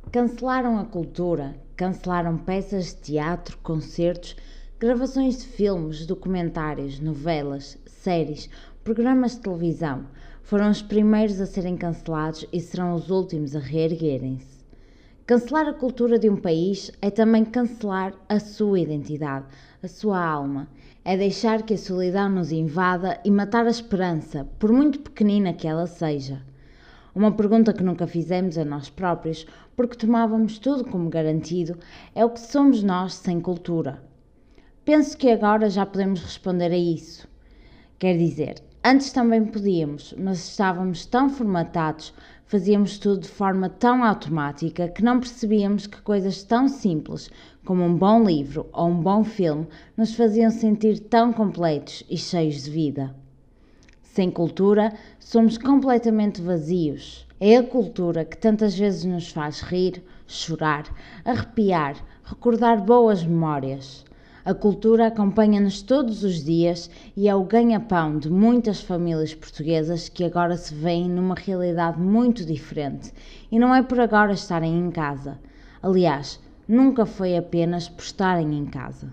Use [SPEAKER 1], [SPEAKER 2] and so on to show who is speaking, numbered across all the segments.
[SPEAKER 1] Cancelaram a cultura, cancelaram peças de teatro, concertos, gravações de filmes, documentários, novelas, séries, programas de televisão. Foram os primeiros a serem cancelados e serão os últimos a reerguerem-se. Cancelar a cultura de um país é também cancelar a sua identidade, a sua alma. É deixar que a solidão nos invada e matar a esperança, por muito pequenina que ela seja. Uma pergunta que nunca fizemos a nós próprios, porque tomávamos tudo como garantido, é o que somos nós sem cultura. Penso que agora já podemos responder a isso. Quer dizer, antes também podíamos, mas estávamos tão formatados, fazíamos tudo de forma tão automática que não percebíamos que coisas tão simples como um bom livro ou um bom filme nos faziam sentir tão completos e cheios de vida. Sem cultura, somos completamente vazios. É a cultura que tantas vezes nos faz rir, chorar, arrepiar, recordar boas memórias. A cultura acompanha-nos todos os dias e é o ganha-pão de muitas famílias portuguesas que agora se veem numa realidade muito diferente. E não é por agora estarem em casa. Aliás, nunca foi apenas por estarem em casa.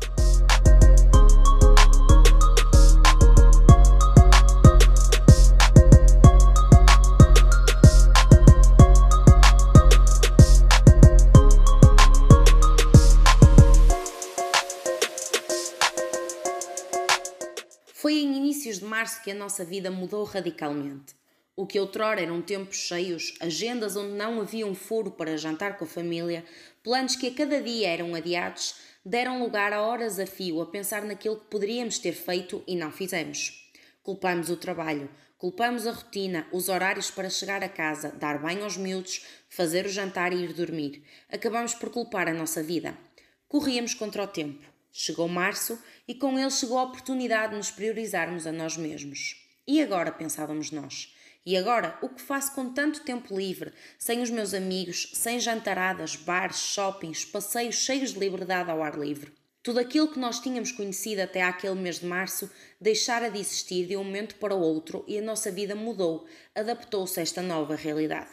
[SPEAKER 2] Foi em inícios de março que a nossa vida mudou radicalmente. O que outrora eram tempos cheios, agendas onde não havia um furo para jantar com a família, planos que a cada dia eram adiados, deram lugar a horas a fio a pensar naquilo que poderíamos ter feito e não fizemos. Culpamos o trabalho, culpamos a rotina, os horários para chegar a casa, dar banho aos miúdos, fazer o jantar e ir dormir. Acabamos por culpar a nossa vida. Corríamos contra o tempo. Chegou março e com ele chegou a oportunidade de nos priorizarmos a nós mesmos. E agora, pensávamos nós. E agora, o que faço com tanto tempo livre, sem os meus amigos, sem jantaradas, bares, shoppings, passeios cheios de liberdade ao ar livre? Tudo aquilo que nós tínhamos conhecido até àquele mês de março deixara de existir de um momento para o outro e a nossa vida mudou, adaptou-se a esta nova realidade.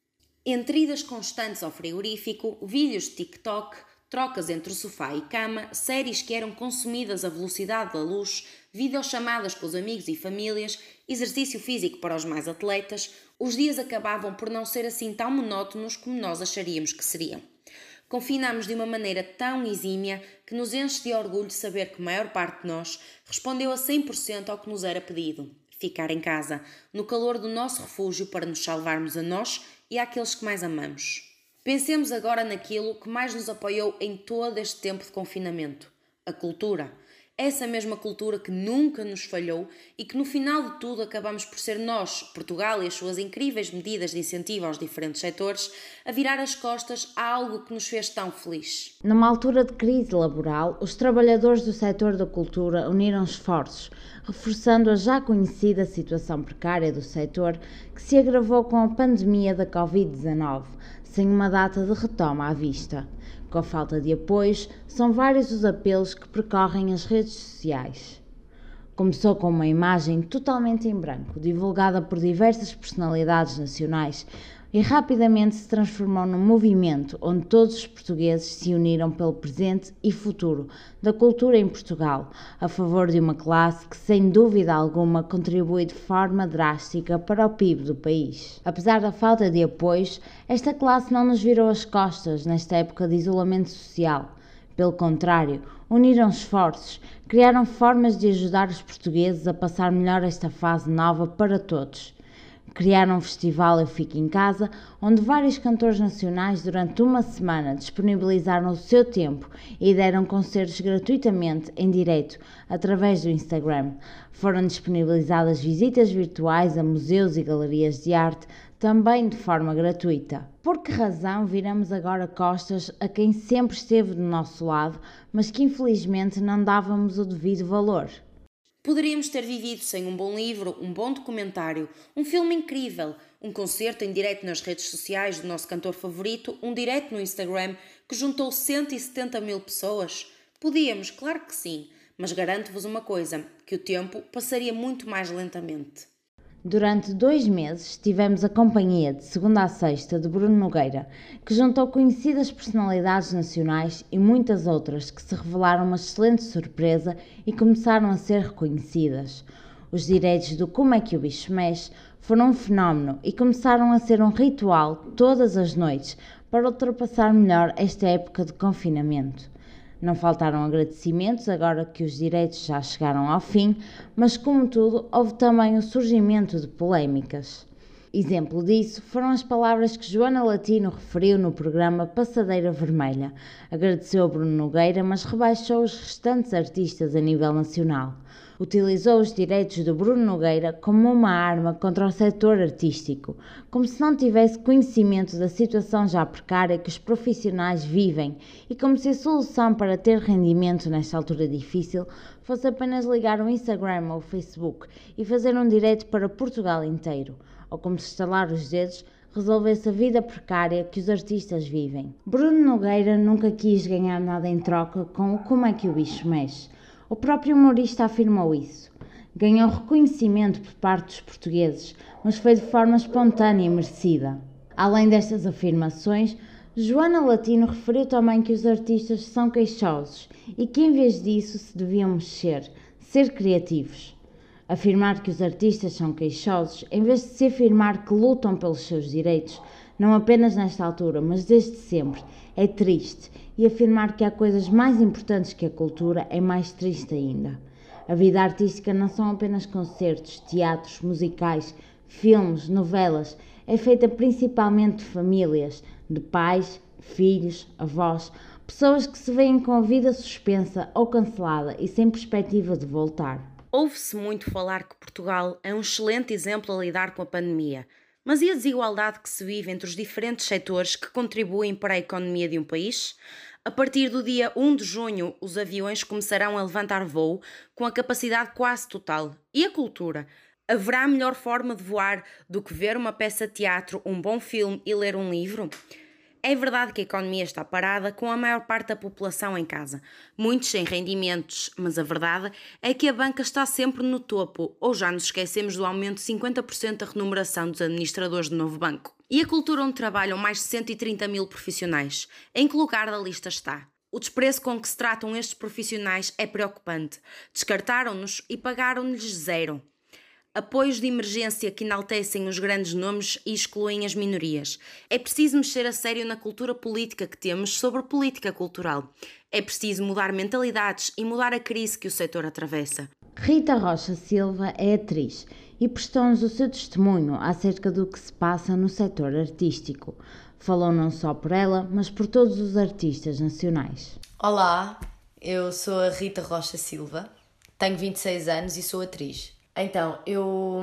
[SPEAKER 2] Entre idas constantes ao frigorífico, vídeos de TikTok, trocas entre o sofá e cama, séries que eram consumidas à velocidade da luz, videochamadas com os amigos e famílias, exercício físico para os mais atletas, os dias acabavam por não ser assim tão monótonos como nós acharíamos que seriam. Confinámos de uma maneira tão exímia que nos enche de orgulho saber que a maior parte de nós respondeu a 100% ao que nos era pedido. Ficar em casa, no calor do nosso refúgio para nos salvarmos a nós e àqueles que mais amamos. Pensemos agora naquilo que mais nos apoiou em todo este tempo de confinamento, a cultura. Essa mesma cultura que nunca nos falhou e que no final de tudo acabamos por ser nós, Portugal e as suas incríveis medidas de incentivo aos diferentes setores, a virar as costas a algo que nos fez tão feliz.
[SPEAKER 1] Numa altura de crise laboral, os trabalhadores do setor da cultura uniram esforços, reforçando a já conhecida situação precária do setor que se agravou com a pandemia da Covid-19, sem uma data de retoma à vista. Com a falta de apoios, são vários os apelos que percorrem as redes sociais. Começou com uma imagem totalmente em branco, divulgada por diversas personalidades nacionais, e rapidamente se transformou num movimento onde todos os portugueses se uniram pelo presente e futuro da cultura em Portugal, a favor de uma classe que, sem dúvida alguma, contribui de forma drástica para o PIB do país. Apesar da falta de apoios, esta classe não nos virou as costas nesta época de isolamento social. Pelo contrário, uniram esforços, criaram formas de ajudar os portugueses a passar melhor esta fase nova para todos. Criaram um festival Eu Fico em Casa, onde vários cantores nacionais durante uma semana disponibilizaram o seu tempo e deram concertos gratuitamente em direto através do Instagram. Foram disponibilizadas visitas virtuais a museus e galerias de arte, também de forma gratuita. Por que razão viramos agora costas a quem sempre esteve do nosso lado, mas que infelizmente não dávamos o devido valor?
[SPEAKER 2] Poderíamos ter vivido sem um bom livro, um bom documentário, um filme incrível, um concerto em direto nas redes sociais do nosso cantor favorito, um direto no Instagram que juntou 170 mil pessoas? Podíamos, claro que sim, mas garanto-vos uma coisa, que o tempo passaria muito mais lentamente.
[SPEAKER 1] Durante 2 meses tivemos a companhia de segunda a sexta de Bruno Nogueira, que juntou conhecidas personalidades nacionais e muitas outras que se revelaram uma excelente surpresa e começaram a ser reconhecidas. Os diretos do Como é que o Bicho Mexe foram um fenómeno e começaram a ser um ritual todas as noites para ultrapassar melhor esta época de confinamento. Não faltaram agradecimentos agora que os direitos já chegaram ao fim, mas como tudo, houve também o surgimento de polémicas. Exemplo disso foram as palavras que Joana Latino referiu no programa Passadeira Vermelha. Agradeceu a Bruno Nogueira, mas rebaixou os restantes artistas a nível nacional. Utilizou os direitos do Bruno Nogueira como uma arma contra o setor artístico, como se não tivesse conhecimento da situação já precária que os profissionais vivem e como se a solução para ter rendimento nesta altura difícil fosse apenas ligar o Instagram ou o Facebook e fazer um direto para Portugal inteiro, ou como se estalar os dedos resolvesse a vida precária que os artistas vivem. Bruno Nogueira nunca quis ganhar nada em troca com o Como é que o Bicho Mexe. O próprio humorista afirmou isso. Ganhou reconhecimento por parte dos portugueses, mas foi de forma espontânea e merecida. Além destas afirmações, Joana Latino referiu também que os artistas são queixosos e que em vez disso se deviam mexer, ser criativos. Afirmar que os artistas são queixosos, em vez de se afirmar que lutam pelos seus direitos, não apenas nesta altura, mas desde sempre, é triste, e afirmar que há coisas mais importantes que a cultura é mais triste ainda. A vida artística não são apenas concertos, teatros, musicais, filmes, novelas, é feita principalmente de famílias, de pais, filhos, avós, pessoas que se veem com a vida suspensa ou cancelada e sem perspectiva de voltar.
[SPEAKER 2] Ouve-se muito falar que Portugal é um excelente exemplo a lidar com a pandemia, mas e a desigualdade que se vive entre os diferentes setores que contribuem para a economia de um país? A partir do dia 1 de junho, os aviões começarão a levantar voo com a capacidade quase total. E a cultura? Haverá melhor forma de voar do que ver uma peça de teatro, um bom filme e ler um livro? É verdade que a economia está parada, com a maior parte da população em casa, muitos sem rendimentos, mas a verdade é que a banca está sempre no topo, ou já nos esquecemos do aumento de 50% da remuneração dos administradores do novo banco. E a cultura onde trabalham mais de 130 mil profissionais? Em que lugar da lista está? O desprezo com que se tratam estes profissionais é preocupante. Descartaram-nos e pagaram-lhes zero. Apoios de emergência que enaltecem os grandes nomes e excluem as minorias. É preciso mexer a sério na cultura política que temos sobre política cultural. É preciso mudar mentalidades e mudar a crise que o setor atravessa.
[SPEAKER 1] Rita Rocha Silva é atriz e prestou-nos o seu testemunho acerca do que se passa no setor artístico. Falou não só por ela, mas por todos os artistas nacionais.
[SPEAKER 3] Olá, eu sou a Rita Rocha Silva, tenho 26 anos e sou atriz. Então, eu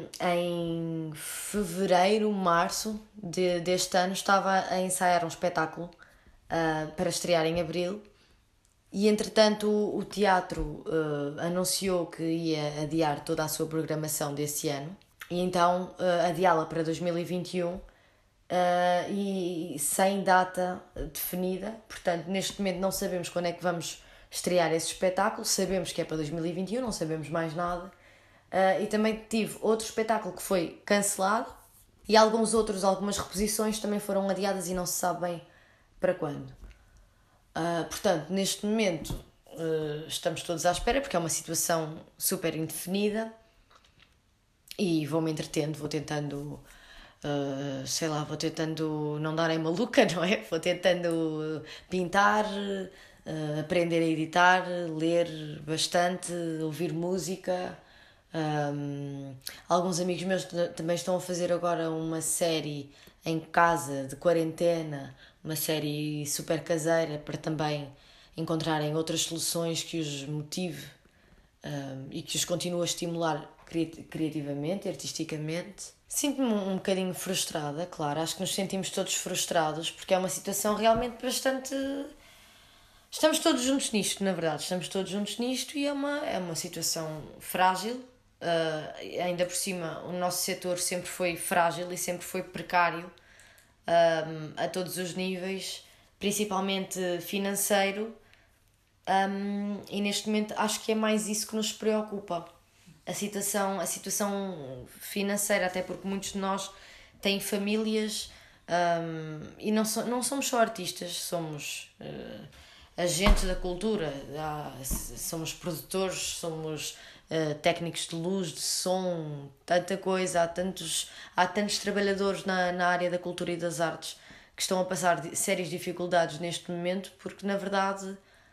[SPEAKER 3] em fevereiro, março deste ano estava a ensaiar um espetáculo para estrear em abril e entretanto o teatro anunciou que ia adiar toda a sua programação desse ano e então adiá-la para 2021 e sem data definida, portanto neste momento não sabemos quando é que vamos estrear esse espetáculo, sabemos que é para 2021, não sabemos mais nada. E também tive outro espetáculo que foi cancelado e algumas reposições também foram adiadas e não se sabe bem para quando. Portanto, neste momento estamos todos à espera porque é uma situação super indefinida e vou-me entretendo, vou tentando, vou tentando não dar em maluca, não é? Vou tentando pintar, aprender a editar, ler bastante, ouvir música. Alguns amigos meus também estão a fazer agora uma série em casa de quarentena, uma série super caseira para também encontrarem outras soluções que os motive e que os continue a estimular criativamente e artisticamente. Sinto-me um bocadinho frustrada, claro, acho que nos sentimos todos frustrados porque é uma situação realmente bastante... Estamos todos juntos nisto, na verdade, estamos todos juntos nisto e é uma situação frágil. Ainda por cima o nosso setor sempre foi frágil e sempre foi precário a todos os níveis, principalmente financeiro, e neste momento acho que é mais isso que nos preocupa, a situação financeira, até porque muitos de nós têm famílias e não somos só artistas, somos agentes da cultura, somos produtores, somos técnicos de luz, de som, tanta coisa, há tantos trabalhadores na área da cultura e das artes que estão a passar sérias dificuldades neste momento, porque na verdade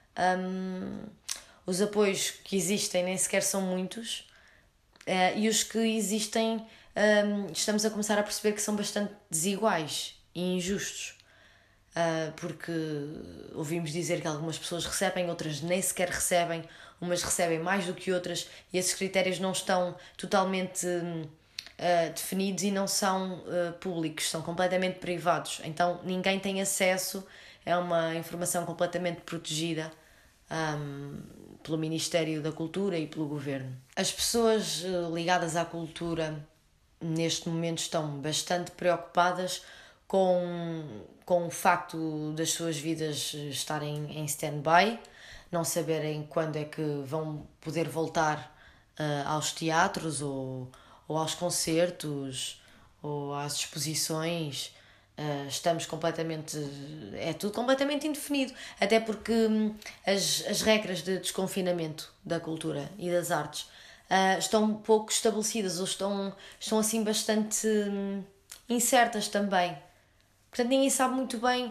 [SPEAKER 3] os apoios que existem nem sequer são muitos, e os que existem estamos a começar a perceber que são bastante desiguais e injustos, porque ouvimos dizer que algumas pessoas recebem, outras nem sequer recebem, umas recebem mais do que outras, e esses critérios não estão totalmente definidos e não são públicos, são completamente privados, então ninguém tem acesso, é uma informação completamente protegida pelo Ministério da Cultura e pelo Governo. As pessoas ligadas à cultura neste momento estão bastante preocupadas com o facto das suas vidas estarem em stand-by, não saberem quando é que vão poder voltar aos teatros ou aos concertos ou às exposições. Estamos completamente... é tudo completamente indefinido, até porque as regras de desconfinamento da cultura e das artes estão pouco estabelecidas ou estão assim bastante incertas também. Portanto, ninguém sabe muito bem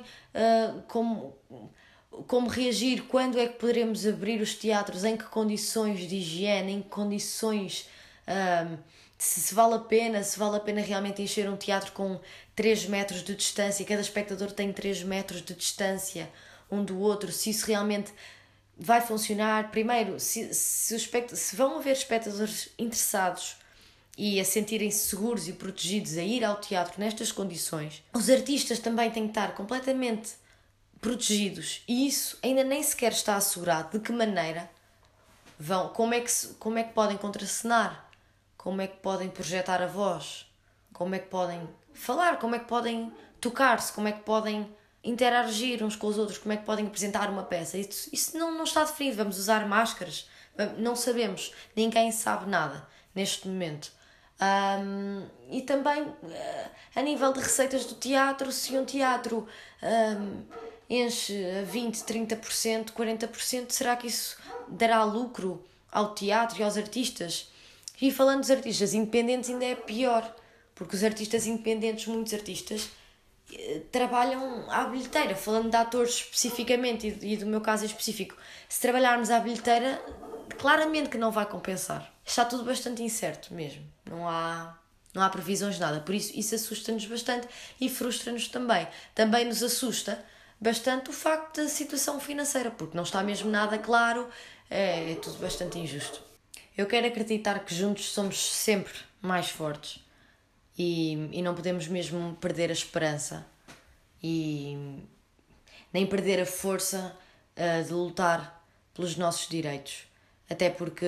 [SPEAKER 3] como reagir, quando é que poderemos abrir os teatros, em que condições de higiene, em que condições... se vale a pena realmente encher um teatro com 3 metros de distância, cada espectador tem 3 metros de distância um do outro, se isso realmente vai funcionar. Primeiro, se vão haver espectadores interessados e a sentirem-se seguros e protegidos a ir ao teatro nestas condições, os artistas também têm que estar completamente protegidos, e isso ainda nem sequer está assegurado. De que maneira vão, como é que podem contracenar, como é que podem projetar a voz, como é que podem falar, como é que podem tocar-se, como é que podem interagir uns com os outros, como é que podem apresentar uma peça. Isso não está definido. Vamos usar máscaras? Não sabemos, ninguém sabe nada neste momento. E também a nível de receitas do teatro, se um teatro enche a 20%, 30%, 40%, será que isso dará lucro ao teatro e aos artistas? E falando dos artistas independentes ainda é pior, porque os artistas independentes, muitos artistas, trabalham à bilheteira. Falando de atores especificamente e do meu caso em específico, se trabalharmos à bilheteira, claramente que não vai compensar. Está tudo bastante incerto mesmo, não há previsões de nada, por isso assusta-nos bastante e frustra-nos também. Também nos assusta bastante o facto da situação financeira, porque não está mesmo nada claro, é tudo bastante injusto. Eu quero acreditar que juntos somos sempre mais fortes e não podemos mesmo perder a esperança e nem perder a força de lutar pelos nossos direitos. Até porque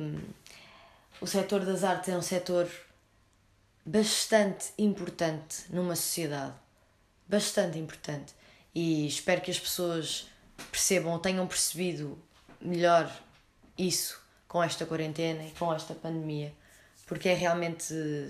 [SPEAKER 3] o setor das artes é um setor bastante importante numa sociedade. Bastante importante. E espero que as pessoas percebam ou tenham percebido melhor isso com esta quarentena e com esta pandemia, porque é realmente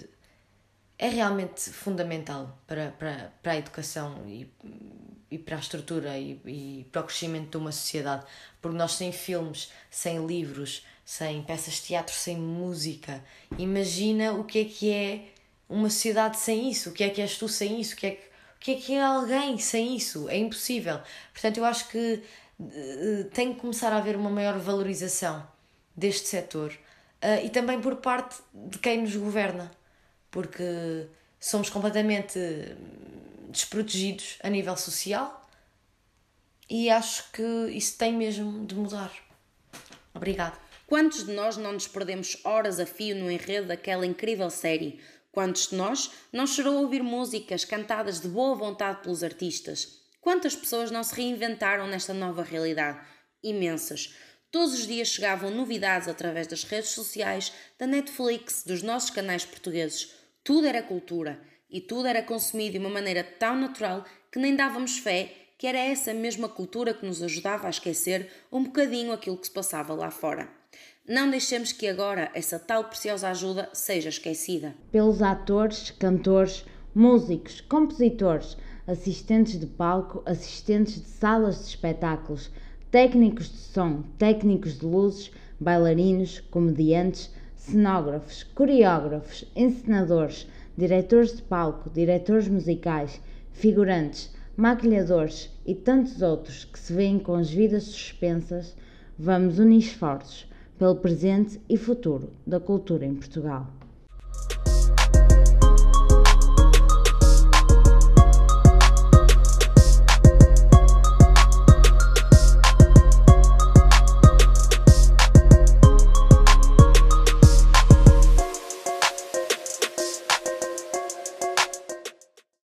[SPEAKER 3] fundamental para a educação e para a estrutura e para o crescimento de uma sociedade, porque nós sem filmes, sem livros, sem peças de teatro, sem música, imagina o que é uma sociedade sem isso, o que és tu sem isso, o que é alguém sem isso, é impossível. Portanto, eu acho que tem que começar a haver uma maior valorização deste setor e também por parte de quem nos governa, porque somos completamente desprotegidos a nível social e acho que isso tem mesmo de mudar. Obrigada.
[SPEAKER 2] Quantos de nós não nos perdemos horas a fio no enredo daquela incrível série? Quantos de nós não chorou a ouvir músicas cantadas de boa vontade pelos artistas? Quantas pessoas não se reinventaram nesta nova realidade? Imensas. Todos os dias chegavam novidades através das redes sociais, da Netflix, dos nossos canais portugueses. Tudo era cultura e tudo era consumido de uma maneira tão natural que nem dávamos fé que era essa mesma cultura que nos ajudava a esquecer um bocadinho aquilo que se passava lá fora. Não deixemos que agora essa tal preciosa ajuda seja esquecida.
[SPEAKER 1] Pelos atores, cantores, músicos, compositores, assistentes de palco, assistentes de salas de espetáculos, técnicos de som, técnicos de luzes, bailarinos, comediantes, cenógrafos, coreógrafos, encenadores, diretores de palco, diretores musicais, figurantes, maquilhadores e tantos outros que se veem com as vidas suspensas, vamos unir esforços pelo presente e futuro da cultura em Portugal.